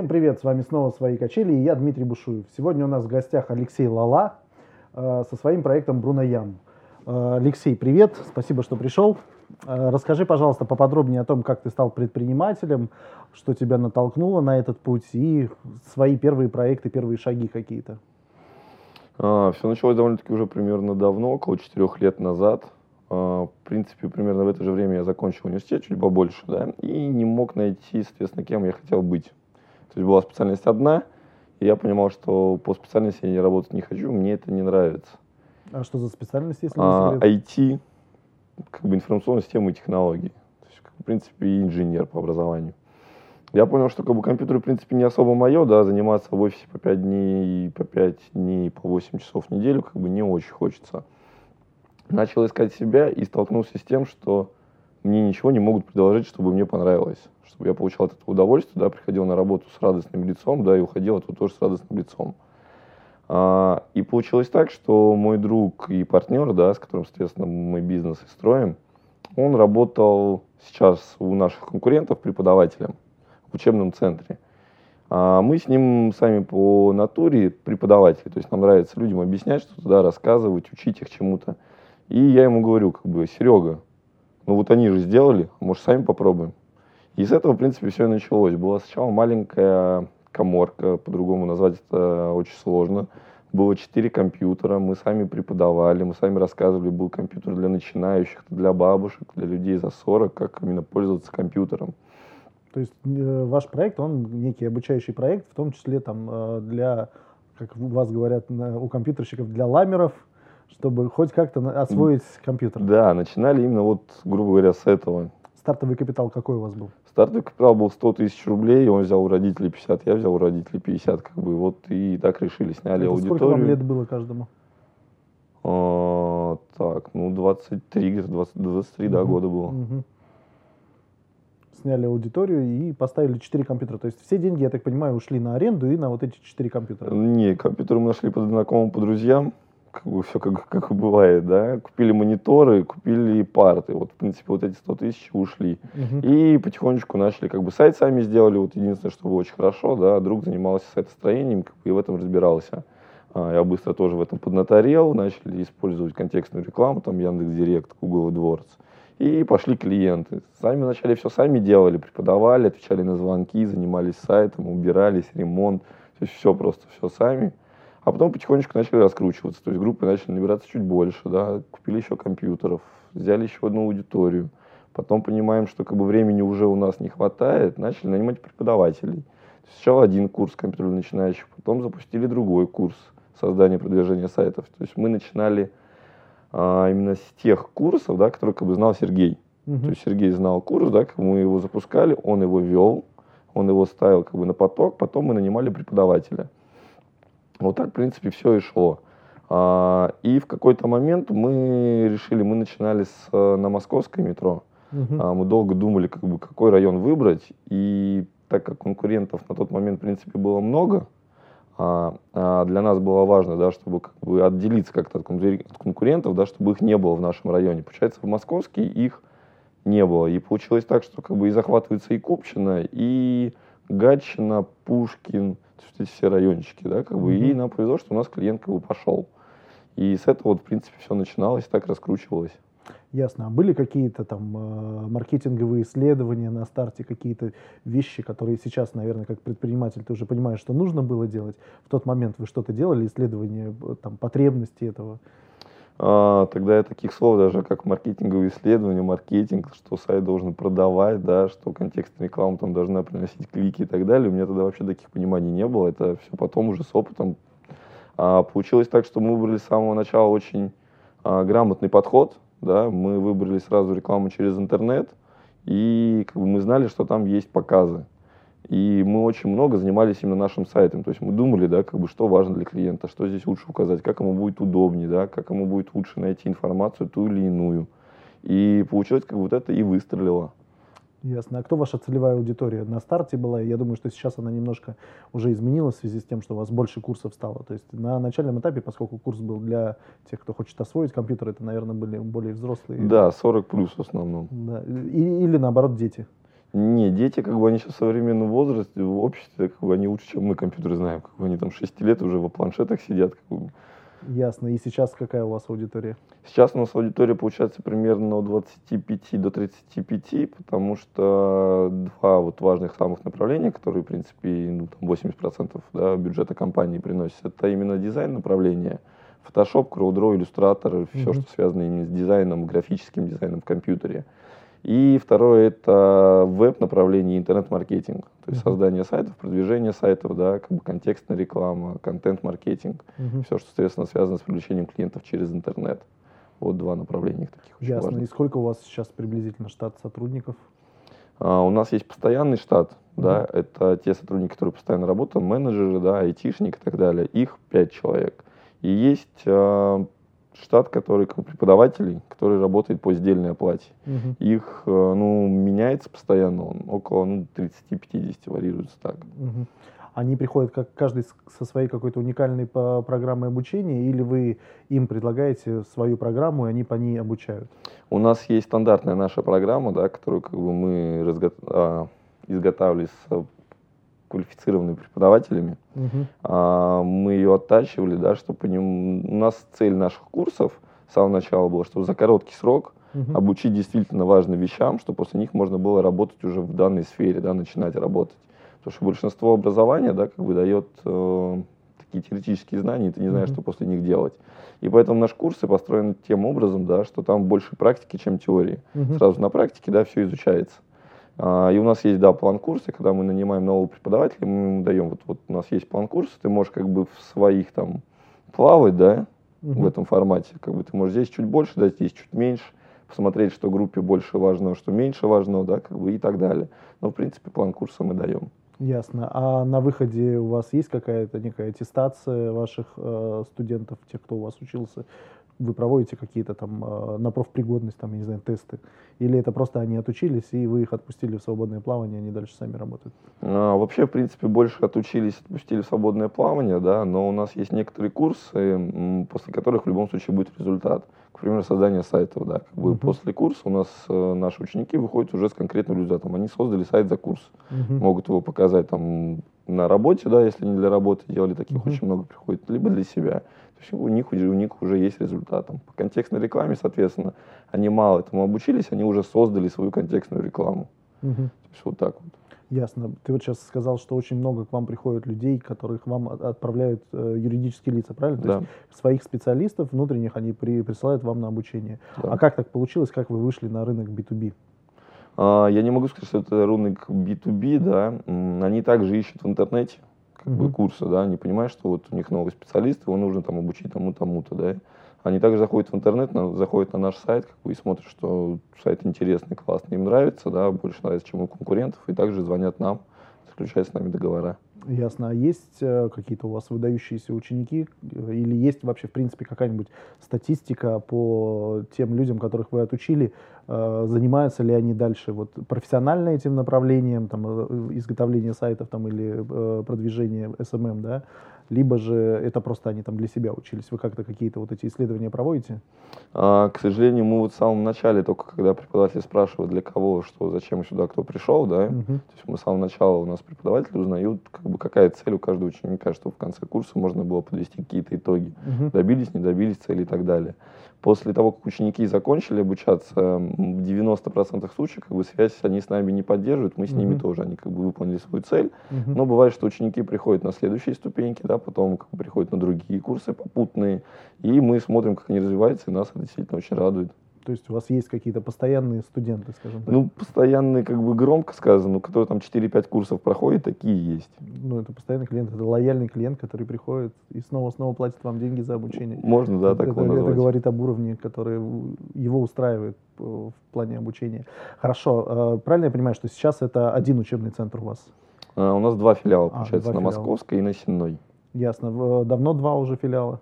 Всем привет, с вами снова «Свои качели» и я, Дмитрий Бушуев. Сегодня у нас в гостях Алексей Лала со своим проектом Bruno Yam. Алексей, привет, спасибо, что пришел. Расскажи, пожалуйста, поподробнее о том, как ты стал предпринимателем, что тебя натолкнуло на этот путь и свои первые проекты, первые шаги какие-то. Все началось довольно-таки уже примерно давно, около 4 лет назад. В принципе, примерно в это же время я закончил университет, чуть побольше, да, и не мог найти, соответственно, кем я хотел быть. То есть была специальность одна, и я понимал, что по специальности я работать не хочу, мне это не нравится. А что за специальность, если не секрет? IT, как бы информационные системы и технологии. То есть, в принципе, и инженер по образованию. Я понял, что как бы компьютеры, в принципе, не особо мое, да, заниматься в офисе по 5 дней, по 8 часов в неделю, как бы не очень хочется. Начал искать себя и столкнулся с тем, что мне ничего не могут предложить, чтобы мне понравилось. Чтобы я получал от этого удовольствие, да, приходил на работу с радостным лицом, да, и уходил оттуда тоже с радостным лицом. И получилось так, что мой друг и партнер, да, с которым, соответственно, мы бизнес и строим, он работал сейчас у наших конкурентов преподавателем в учебном центре. Мы с ним сами по натуре преподаватели, то есть нам нравится людям объяснять что-то, да, рассказывать, учить их чему-то. И я ему говорю, как бы, Серега, ну вот они же сделали, может, сами попробуем. И с этого, в принципе, все и началось. Была сначала маленькая каморка, по-другому назвать это очень сложно. Было 4 компьютера, мы сами преподавали, мы сами рассказывали, был компьютер для начинающих, для бабушек, для людей за 40, как именно пользоваться компьютером. То есть ваш проект, он некий обучающий проект, в том числе там для, как у вас говорят, у компьютерщиков, для ламеров, чтобы хоть как-то освоить компьютер. Да, начинали именно вот, грубо говоря, с этого. Стартовый капитал какой у вас был? Стартовый капитал был 100 тысяч рублей, он взял у родителей 50, я взял у родителей 50, как бы, вот, и так решили, сняли аудиторию. Сколько вам лет было каждому? Так, ну, 23, где-то 23, да, года было. Сняли аудиторию и поставили 4 компьютера. То есть все деньги, я так понимаю, ушли на аренду и на вот эти 4 компьютера? Не, компьютеры мы нашли по знакомым, по друзьям. Как бы все как и бывает, да. Купили мониторы, купили парты. Вот, в принципе, вот эти 100 тысяч ушли. И потихонечку начали, как бы, сайт сами сделали. Вот единственное, что было очень хорошо, да, друг занимался сайтостроением, как бы, и в этом разбирался. Я быстро тоже в этом поднаторел, начали использовать контекстную рекламу, там, Яндекс.Директ, Google AdWords. И пошли клиенты. Сами вначале все сами делали, преподавали, отвечали на звонки, занимались сайтом, убирались, ремонт. То есть все просто, все сами. А потом потихонечку начали раскручиваться. То есть группы начали набираться чуть больше, да, купили еще компьютеров, взяли еще одну аудиторию. Потом понимаем, что как бы времени уже у нас не хватает, начали нанимать преподавателей. Сначала один курс компьютера для начинающих, потом запустили другой курс создания и продвижения сайтов. То есть мы начинали именно с тех курсов, да, которые как бы знал Сергей. То есть Сергей знал курс, да, как мы его запускали, он его вел, он его ставил как бы на поток, потом мы нанимали преподавателя. Вот так, в принципе, все и шло. И в какой-то момент мы решили, мы начинали на Московское метро. Мы долго думали, как бы, какой район выбрать, и так как конкурентов на тот момент, в принципе, было много, для нас было важно, да, чтобы как бы отделиться как-то от конкурентов, да, чтобы их не было в нашем районе. Получается, в Московске их не было. И получилось так, что как бы и захватывается и Купчино, и Гатчина, Пушкин, то есть эти все райончики, да, как бы, и нам повезло, что у нас клиент как бы пошел. И с этого вот, в принципе, все начиналось, так раскручивалось. Ясно. А были какие-то там маркетинговые исследования на старте, какие-то вещи, которые сейчас, наверное, как предприниматель, ты уже понимаешь, что нужно было делать? В тот момент вы что-то делали, исследование там, потребностей этого? Тогда я таких слов даже как маркетинговые исследования, маркетинг, что сайт должен продавать, да, что контекстная реклама там должна приносить клики и так далее. У меня тогда вообще таких пониманий не было. Это все потом уже с опытом. Получилось так, что мы выбрали с самого начала очень грамотный подход. Да, мы выбрали сразу рекламу через интернет, и как бы мы знали, что там есть показы. И мы очень много занимались именно нашим сайтом. То есть мы думали, да, как бы, что важно для клиента, что здесь лучше указать, как ему будет удобнее, да, как ему будет лучше найти информацию ту или иную. И получилось, как бы, вот это и выстрелило. Ясно. А кто ваша целевая аудитория на старте была? Я думаю, что сейчас она немножко уже изменилась в связи с тем, что у вас больше курсов стало. То есть на начальном этапе, поскольку курс был для тех, кто хочет освоить компьютер, это, наверное, были более взрослые. Да, 40 плюс в основном. Да. Или наоборот дети. Не, дети, как бы, они сейчас в современном возрасте, в обществе, как бы, они лучше, чем мы компьютеры знаем. Как бы, они там 6 лет уже во планшетах сидят. Как бы. Ясно. И сейчас какая у вас аудитория? Сейчас у нас аудитория получается примерно от 25 до 35, потому что два вот важных самых направления, которые, в принципе, ну, там 80% да, бюджета компании приносят, это именно дизайн направления. Photoshop, CorelDRAW, Illustrator, все, что связано именно с дизайном, графическим дизайном в компьютере. И второе – это веб-направление и интернет-маркетинг. То есть создание сайтов, продвижение сайтов, да, как бы контекстная реклама, контент-маркетинг. Все, что, соответственно, связано с привлечением клиентов через интернет. Вот два направления таких очень Ясно. важных. И сколько у вас сейчас приблизительно штат сотрудников? У нас есть постоянный штат, да, это те сотрудники, которые постоянно работают, менеджеры, да, айтишник и так далее. Их 5 человек. И есть штат, который как преподавателей, который работает по сдельной оплате. Их, ну, меняется постоянно, он около 30-50 варьируется так. Они приходят как каждый со своей какой-то уникальной программой обучения, или вы им предлагаете свою программу, и они по ней обучают? У нас есть стандартная наша программа, да, которую как бы мы изготавливали с квалифицированными преподавателями. Мы ее оттачивали, да, чтобы у нас цель наших курсов с самого начала была, чтобы за короткий срок обучить действительно важным вещам, чтобы после них можно было работать уже в данной сфере, да, начинать работать. Потому что большинство образования, да, как бы дает такие теоретические знания, и ты не знаешь, что после них делать. И поэтому наши курсы построены тем образом, да, что там больше практики, чем теории. Сразу на практике, да, все изучается. И у нас есть, да, план курса, когда мы нанимаем нового преподавателя, мы ему даем, вот у нас есть план курса, ты можешь как бы в своих там плавать, да, в этом формате, как бы ты можешь здесь чуть больше дать, здесь чуть меньше, посмотреть, что группе больше важного, что меньше важного, да, как бы и так далее. Но, в принципе, план курса мы даем. Ясно. А на выходе у вас есть какая-то некая аттестация ваших студентов, тех, кто у вас учился? Вы проводите какие-то там на профпригодность, там, я не знаю, тесты? Или это просто они отучились, и вы их отпустили в свободное плавание, они дальше сами работают? Вообще, в принципе, больше отучились, отпустили в свободное плавание, да, но у нас есть некоторые курсы, после которых в любом случае будет результат. К примеру, создание сайтов, да, как бы после курса у нас наши ученики выходят уже с конкретным результатом. Они создали сайт за курс, могут его показать там на работе, да, если не для работы делали, таких очень много приходит, либо для себя. То есть у них уже есть результат. Там, по контекстной рекламе, соответственно, они мало этому обучились, они уже создали свою контекстную рекламу. То есть вот так вот. Ясно. Ты вот сейчас сказал, что очень много к вам приходят людей, которых вам отправляют юридические лица, правильно? Да. То есть своих специалистов внутренних они присылают вам на обучение. Да. А как так получилось, как вы вышли на рынок B2B? Я не могу сказать, что это рынок B2B, да. Они также ищут в интернете как бы курсы, да, они понимают, что вот у них новый специалист, его нужно там обучить тому-то, да. Они также заходят в интернет, заходят на наш сайт, как бы, и смотрят, что сайт интересный, классный, им нравится, да, больше нравится, чем у конкурентов, и также звонят нам, заключают с нами договора. Ясно. А есть какие-то у вас выдающиеся ученики или есть вообще, в принципе, какая-нибудь статистика по тем людям, которых вы отучили, занимаются ли они дальше вот профессионально этим направлением, там, изготовление сайтов там, или продвижение SMM, да? Либо же это просто они там для себя учились? Вы как-то какие-то вот эти исследования проводите? К сожалению, мы вот в самом начале, только когда преподаватель спрашивает, для кого, что, зачем сюда, кто пришел, да, то есть мы с самого начала у нас преподаватели узнают, как бы, какая цель у каждого ученика, чтобы в конце курса можно было подвести какие-то итоги. Добились, не добились цели и так далее. После того, как ученики закончили обучаться, в 90% случаев как бы, связь они с нами не поддерживают, мы с ними тоже, они как бы выполнили свою цель. Но бывает, что ученики приходят на следующие ступеньки, да, потом как бы, приходят на другие курсы попутные, и мы смотрим, как они развиваются, и нас это действительно очень радует. То есть у вас есть какие-то постоянные студенты, скажем так? Ну, постоянные, как бы громко сказано, которые там 4-5 курсов проходят, такие есть. Ну, это постоянный клиент, это лояльный клиент, который приходит и снова платит вам деньги за обучение. Можно, да, так его назвать. Это говорит об уровне, который его устраивает в плане обучения. Хорошо. Правильно я понимаю, что сейчас это один учебный центр у вас? У нас 2 филиала, получается, два на филиала. Московской и на Сенной. Ясно. Давно 2 уже филиала?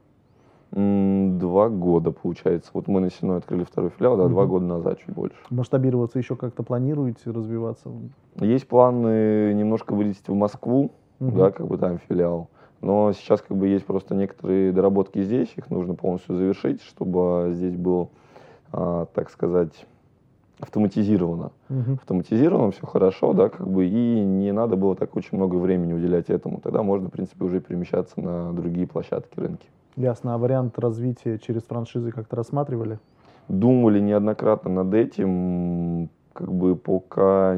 2 года, получается. Вот мы на Сенной открыли 2-й филиал, да, 2 года назад, чуть больше. Масштабироваться еще как-то планируете, развиваться? Есть планы немножко вылететь в Москву, да, как бы там филиал. Но сейчас как бы есть просто некоторые доработки здесь, их нужно полностью завершить, чтобы здесь был, так сказать, автоматизировано. Автоматизировано, все хорошо, да, как бы, и не надо было так очень много времени уделять этому. Тогда можно, в принципе, уже перемещаться на другие площадки, рынки. Ясно. А вариант развития через франшизы как-то рассматривали? Думали неоднократно над этим, как бы пока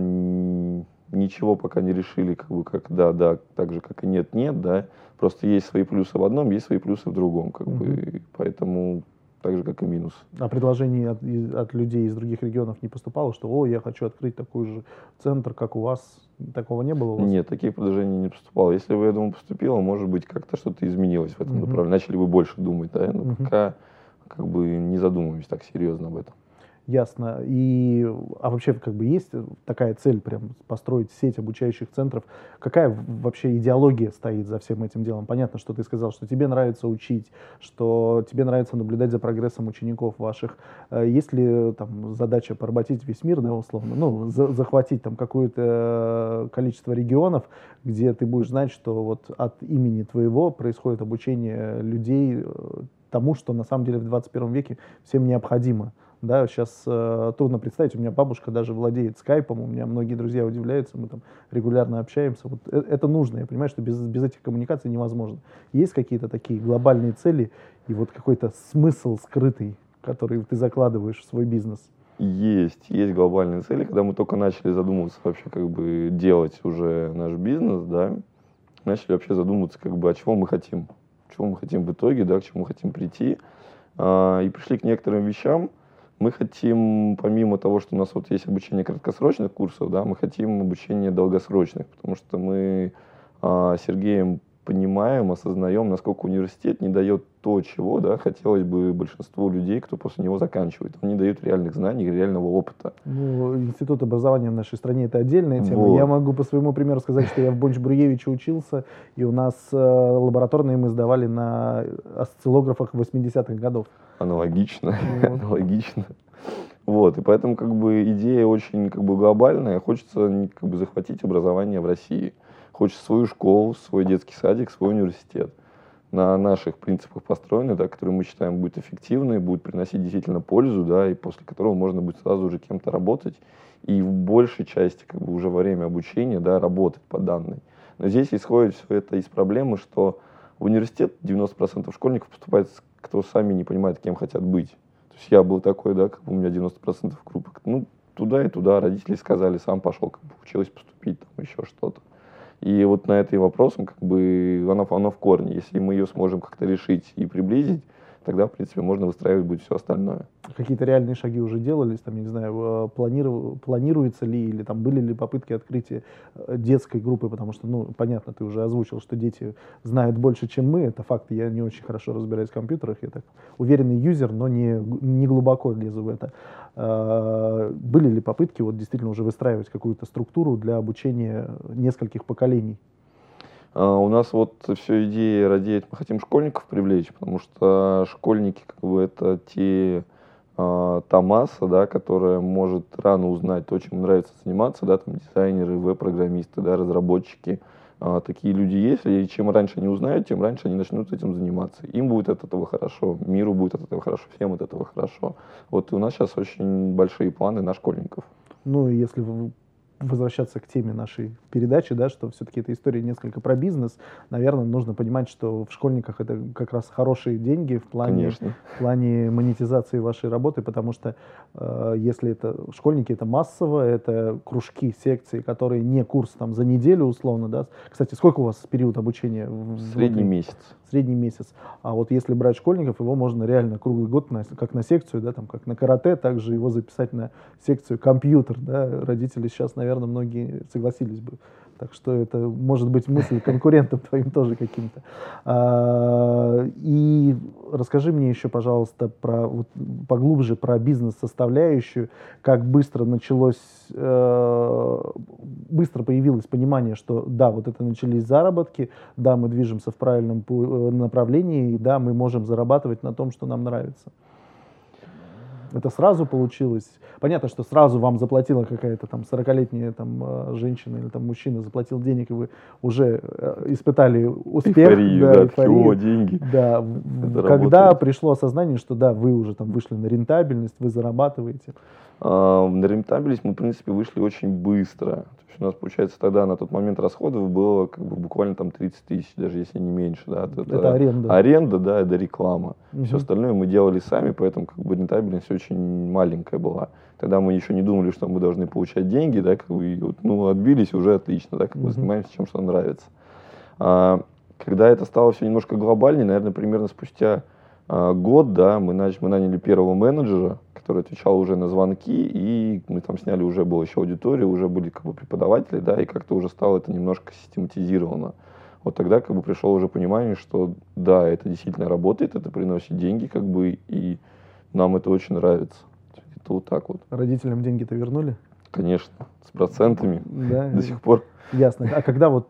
ничего пока не решили, как бы как да, так же, как и нет, да. Просто есть свои плюсы в одном, есть свои плюсы в другом, как бы, поэтому так же, как и минус. А предложений от людей из других регионов не поступало, что, я хочу открыть такой же центр, как у вас? Такого не было у вас? Нет, таких предложений не поступало. Если бы, я думаю, поступило, может быть, как-то что-то изменилось в этом направлении. Начали бы больше думать, да, но пока как бы не задумывались так серьезно об этом. Ясно. А вообще как бы есть такая цель прям построить сеть обучающих центров? Какая вообще идеология стоит за всем этим делом? Понятно, что ты сказал, что тебе нравится учить, что тебе нравится наблюдать за прогрессом учеников ваших. Есть ли там задача поработить весь мир, да, условно, захватить там какое-то количество регионов, где ты будешь знать, что вот от имени твоего происходит обучение людей тому, что на самом деле в 21 веке всем необходимо. Да, сейчас трудно представить, у меня бабушка даже владеет скайпом, у меня многие друзья удивляются, мы там регулярно общаемся. Вот это нужно, я понимаю, что без этих коммуникаций невозможно. Есть какие-то такие глобальные цели и вот какой-то смысл скрытый, который ты закладываешь в свой бизнес? Есть глобальные цели. Когда мы только начали задумываться вообще как бы делать уже наш бизнес, да, начали вообще задумываться как бы, чего мы хотим в итоге, да, к чему хотим прийти. И пришли к некоторым вещам. Мы хотим, помимо того, что у нас вот есть обучение краткосрочных курсов, да, мы хотим обучение долгосрочных, потому что мы с Сергеем понимаем, осознаем, насколько университет не дает то, чего, да, хотелось бы большинству людей, кто после него заканчивает. Он не дает реальных знаний, реального опыта. Институт образования в нашей стране — это отдельная тема. Вот. Я могу по своему примеру сказать, что я в Бонч-Бруевиче учился, и у нас лабораторные мы сдавали на осциллографах 80-х годов. Аналогично. Вот, и поэтому как бы идея очень как бы глобальная. Хочется как бы захватить образование в России. Хочется свою школу, свой детский садик, свой университет на наших принципах построенный, да, которые мы считаем будут эффективны, будут приносить действительно пользу, да, и после которого можно будет сразу же кем-то работать и в большей части как бы уже во время обучения, да, работать по данной. Но здесь исходит все это из проблемы, что в университет 90% школьников поступает, кто сами не понимают, кем хотят быть. То есть я был такой, да, как бы у меня 90% группы, туда и туда, родители сказали, сам пошел, как бы училась поступить, там еще что-то. И вот на этой вопросом как бы оно в корне. Если мы ее сможем как-то решить и приблизить, тогда, в принципе, можно выстраивать будет все остальное. Какие-то реальные шаги уже делались, там, я не знаю, планируется ли, или там были ли попытки открытия детской группы, потому что, понятно, ты уже озвучил, что дети знают больше, чем мы, это факт, я не очень хорошо разбираюсь в компьютерах, я так уверенный юзер, но не глубоко лезу в это. Были ли попытки вот действительно уже выстраивать какую-то структуру для обучения нескольких поколений? У нас вот все идея родить, мы хотим школьников привлечь, потому что школьники как бы это та масса, да, которая может рано узнать то, чем им нравится заниматься, да, там дизайнеры, веб-программисты, да, разработчики. Такие люди есть, и чем раньше они узнают, тем раньше они начнут этим заниматься. Им будет от этого хорошо, миру будет от этого хорошо, всем от этого хорошо. Вот и у нас сейчас очень большие планы на школьников. И если возвращаться к теме нашей передачи, да, что все-таки эта история несколько про бизнес, наверное, нужно понимать, что в школьниках это как раз хорошие деньги в плане монетизации вашей работы, потому что если это школьники, это массово, это кружки, секции, которые не курс там за неделю условно, да. Кстати, сколько у вас период обучения? Средний месяц. Средний месяц. А вот если брать школьников, его можно реально круглый год, как на секцию, да, там, как на карате, также его записать на секцию компьютер, да. Родители сейчас, наверное, многие согласились бы. Так что это может быть мысль конкурентам твоим тоже каким-то. И расскажи мне еще, пожалуйста, поглубже про бизнес-составляющую, как быстро появилось понимание, что да, вот это начались заработки, да, мы движемся в правильном направлении, и да, мы можем зарабатывать на том, что нам нравится. Это сразу получилось? Понятно, что сразу вам заплатила какая-то там 40-летняя там женщина или там мужчина заплатил денег, и вы уже испытали успех. Эйфорию, да, эйфорию, деньги. Да. Когда пришло осознание, что да, вы уже там вышли на рентабельность, вы зарабатываете? На рентабельность мы, в принципе, вышли очень быстро. То есть у нас, получается, тогда на тот момент расходов было как бы буквально там 30 тысяч, даже если не меньше. Да. Это аренда. Аренда, да, это реклама. Все остальное мы делали сами, поэтому как бы рентабельность очень маленькая была. Тогда мы еще не думали, что мы должны получать деньги, да, как бы, ну, отбились, уже отлично, да, как бы занимаемся чем, что нам нравится. Когда это стало все немножко глобальнее, наверное, примерно спустя год, да, мы наняли первого менеджера, который отвечал уже на звонки, и мы там сняли, уже была еще аудитория, уже были как бы преподаватели, да, и как-то уже стало это немножко систематизировано. Вот тогда как бы пришло уже понимание, что да, это действительно работает, это приносит деньги, как бы, и нам это очень нравится. Это вот так вот. Родителям деньги-то вернули? Конечно, с процентами, да, до сих пор. Ясно. А когда вот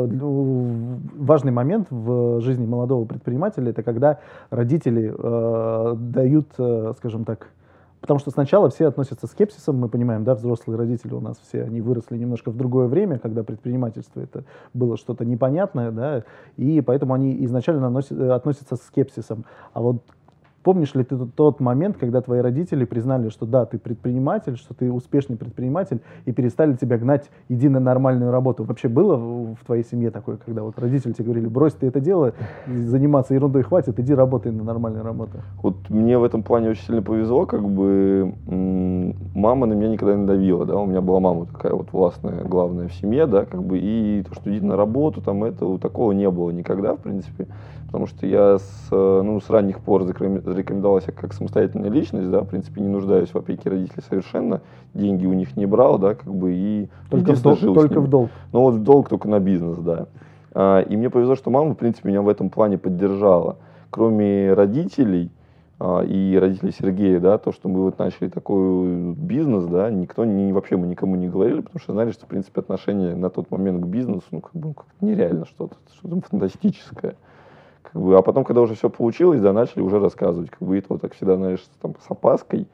важный момент в жизни молодого предпринимателя, это когда родители дают, скажем так, потому что сначала все относятся с скепсисом, мы понимаем, да, взрослые родители у нас все, они выросли немножко в другое время, когда предпринимательство это было что-то непонятное, да, и поэтому они изначально относятся с скепсисом. А вот помнишь ли ты тот момент, когда твои родители признали, что да, ты предприниматель, что ты успешный предприниматель, и перестали тебя гнать, иди на нормальную работу? Вообще было в твоей семье такое, когда вот родители тебе говорили, брось ты это дело, заниматься ерундой хватит, иди работай на нормальную работу? Вот мне в этом плане очень сильно повезло, как бы мама на меня никогда не давила, да, у меня была мама такая вот властная, главная в семье, да, как бы, и то, что иди на работу, там, этого, такого не было никогда, в принципе, потому что я с ранних пор зарекомендовал себя как самостоятельная личность, да, в принципе, не нуждаюсь в опеке родителей совершенно, деньги у них не брал, да, как бы, и только в долг. Ну вот в долг только на бизнес, да. И мне повезло, что мама, в принципе, меня в этом плане поддержала. Кроме родителей и родителей Сергея, да, то, что мы вот начали такой бизнес, да, вообще мы никому не говорили, потому что знали, что, в принципе, отношение на тот момент к бизнесу, ну, как бы, нереально что-то фантастическое. Как бы, а потом, когда уже все получилось, да, начали уже рассказывать, как бы, это вот так всегда, знаешь, там, с опаской,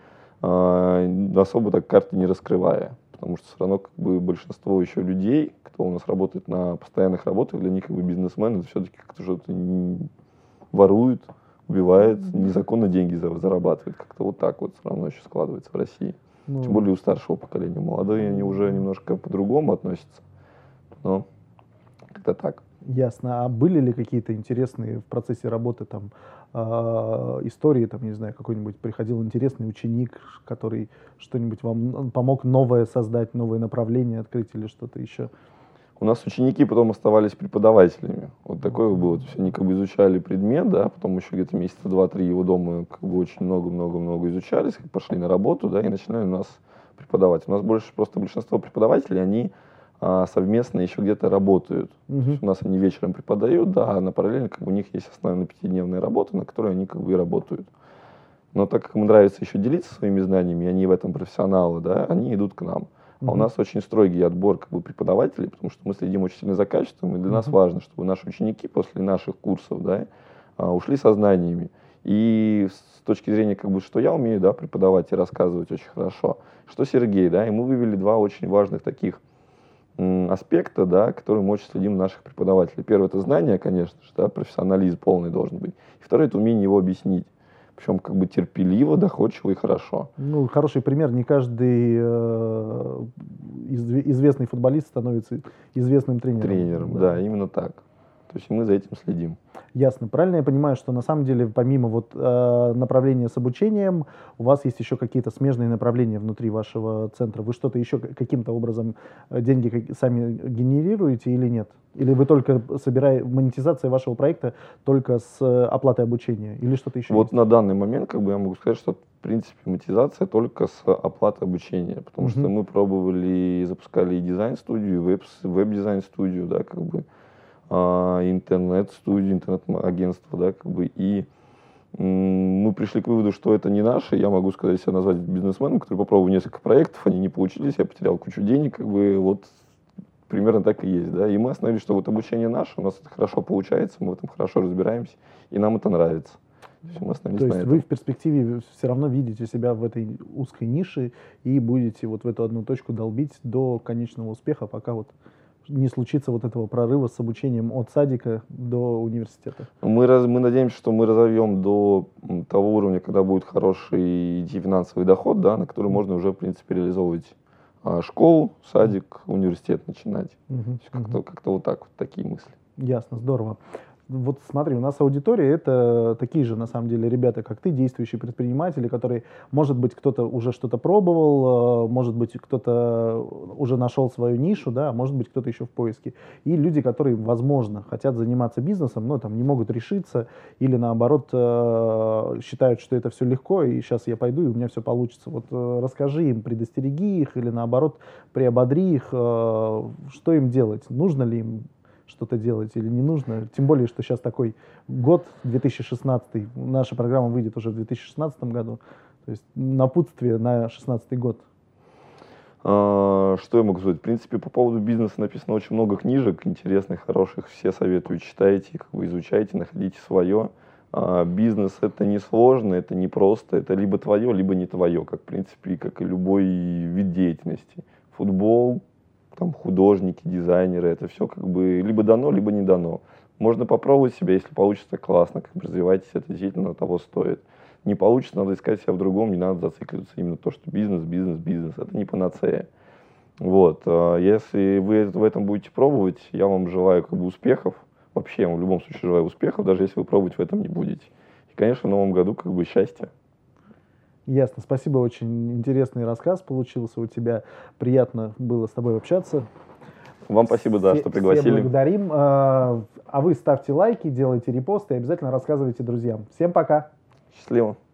особо так карты не раскрывая, потому что все равно, как бы, большинство еще людей, кто у нас работает на постоянных работах, для них, как бы, бизнесмен, это все-таки как-то что-то воруют, убивают, незаконно деньги зарабатывают, как-то вот так вот все равно еще складывается в России. Тем более у старшего поколения. Молодые, они уже немножко по-другому относятся, но как-то так. Ясно. А были ли какие-то интересные в процессе работы там истории, там, не знаю, какой-нибудь приходил интересный ученик, который что-нибудь вам помог новое создать, новое направление открыть или что-то еще? У нас ученики потом оставались преподавателями. Вот такое было. То есть они как бы изучали предмет, да, потом еще где-то месяца 2-3 его дома как бы очень много-много-много изучались, пошли на работу, да, и начинали у нас преподавать. У нас больше просто большинство преподавателей, они совместно еще где-то работают. То есть у нас они вечером преподают, да, а на параллельно как бы у них есть основная 5-дневная работа, на которой они как бы и работают. Но так как им нравится еще делиться своими знаниями, и они в этом профессионалы, да, они идут к нам. А у нас очень строгий отбор как бы преподавателей, потому что мы следим очень сильно за качеством, и для нас важно, чтобы наши ученики после наших курсов, да, ушли со знаниями. И с точки зрения, как бы, что я умею, да, преподавать и рассказывать очень хорошо, что Сергей, да, и мы вывели два очень важных таких аспекта, да, которые мы очень следим у наших преподавателей. Первое — это знание, конечно же, да, профессионализм полный должен быть. И второе — это умение его объяснить. Причем как бы терпеливо, доходчиво и хорошо. Ну, хороший пример. Не каждый известный футболист становится известным тренером. Тренером, да, именно так. То есть мы за этим следим. Ясно. Правильно я понимаю, что на самом деле помимо вот направления с обучением, у вас есть еще какие-то смежные направления внутри вашего центра? Вы что-то еще каким-то образом деньги сами генерируете или нет? Или вы только собираете, монетизация вашего проекта только с оплатой обучения? Или что-то еще Вот есть? на данный момент как бы я могу сказать, что в принципе монетизация только с оплатой обучения, потому что мы пробовали, запускали и дизайн-студию, и веб-дизайн-студию, да, как бы, интернет-студию, интернет-агентство, да, как бы, и мы пришли к выводу, что это не наше. Я могу сказать, себя назвать бизнесменом, который попробовал несколько проектов, они не получились, я потерял кучу денег, как бы, вот примерно так и есть, да, и мы остановились, что вот обучение наше, у нас это хорошо получается, мы в этом хорошо разбираемся, и нам это нравится. Все, мы остановились То на есть этом. вы в перспективе все равно видите себя в этой узкой нише и будете вот в эту одну точку долбить до конечного успеха, пока вот не случится вот этого прорыва с обучением от садика до университета. Мы надеемся, что мы разовьем до того уровня, когда будет хороший идти финансовый доход, да, на который можно уже, в принципе, реализовывать школу, садик, университет начинать. Как-то вот так, вот такие мысли. Ясно, здорово. Вот смотри, у нас аудитория — это такие же, на самом деле, ребята, как ты, действующие предприниматели, которые, может быть, кто-то уже что-то пробовал, может быть, кто-то уже нашел свою нишу, да, а может быть, кто-то еще в поиске. И люди, которые, возможно, хотят заниматься бизнесом, но там не могут решиться или, наоборот, считают, что это все легко, и сейчас я пойду, и у меня все получится. Вот расскажи им, предостереги их или, наоборот, приободри их, что им делать, нужно ли им что-то делать или не нужно. Тем более, что сейчас такой год, 2016, наша программа выйдет уже в 2016 году. То есть напутствие на 2016 год. Что я могу сказать? В принципе, по поводу бизнеса написано очень много книжек интересных, хороших. Все советую, читайте, как бы изучайте, находите свое. Бизнес — это не сложно, это не просто. Это либо твое, либо не твое, как, в принципе, как и любой вид деятельности. Футбол, там, художники, дизайнеры, это все как бы либо дано, либо не дано. Можно попробовать себя, если получится, классно, как бы развивайтесь, это действительно того стоит. Не получится, надо искать себя в другом, не надо зацикливаться именно то, что бизнес, это не панацея. Вот, если вы в этом будете пробовать, я вам желаю как бы успехов, вообще я вам в любом случае желаю успехов, даже если вы пробовать в этом не будете. И, конечно, в новом году как бы счастья. Ясно, спасибо, очень интересный рассказ получился у тебя, приятно было с тобой общаться. Вам спасибо, да, что пригласили. Всем благодарим, а вы ставьте лайки, делайте репосты и обязательно рассказывайте друзьям. Всем пока! Счастливо!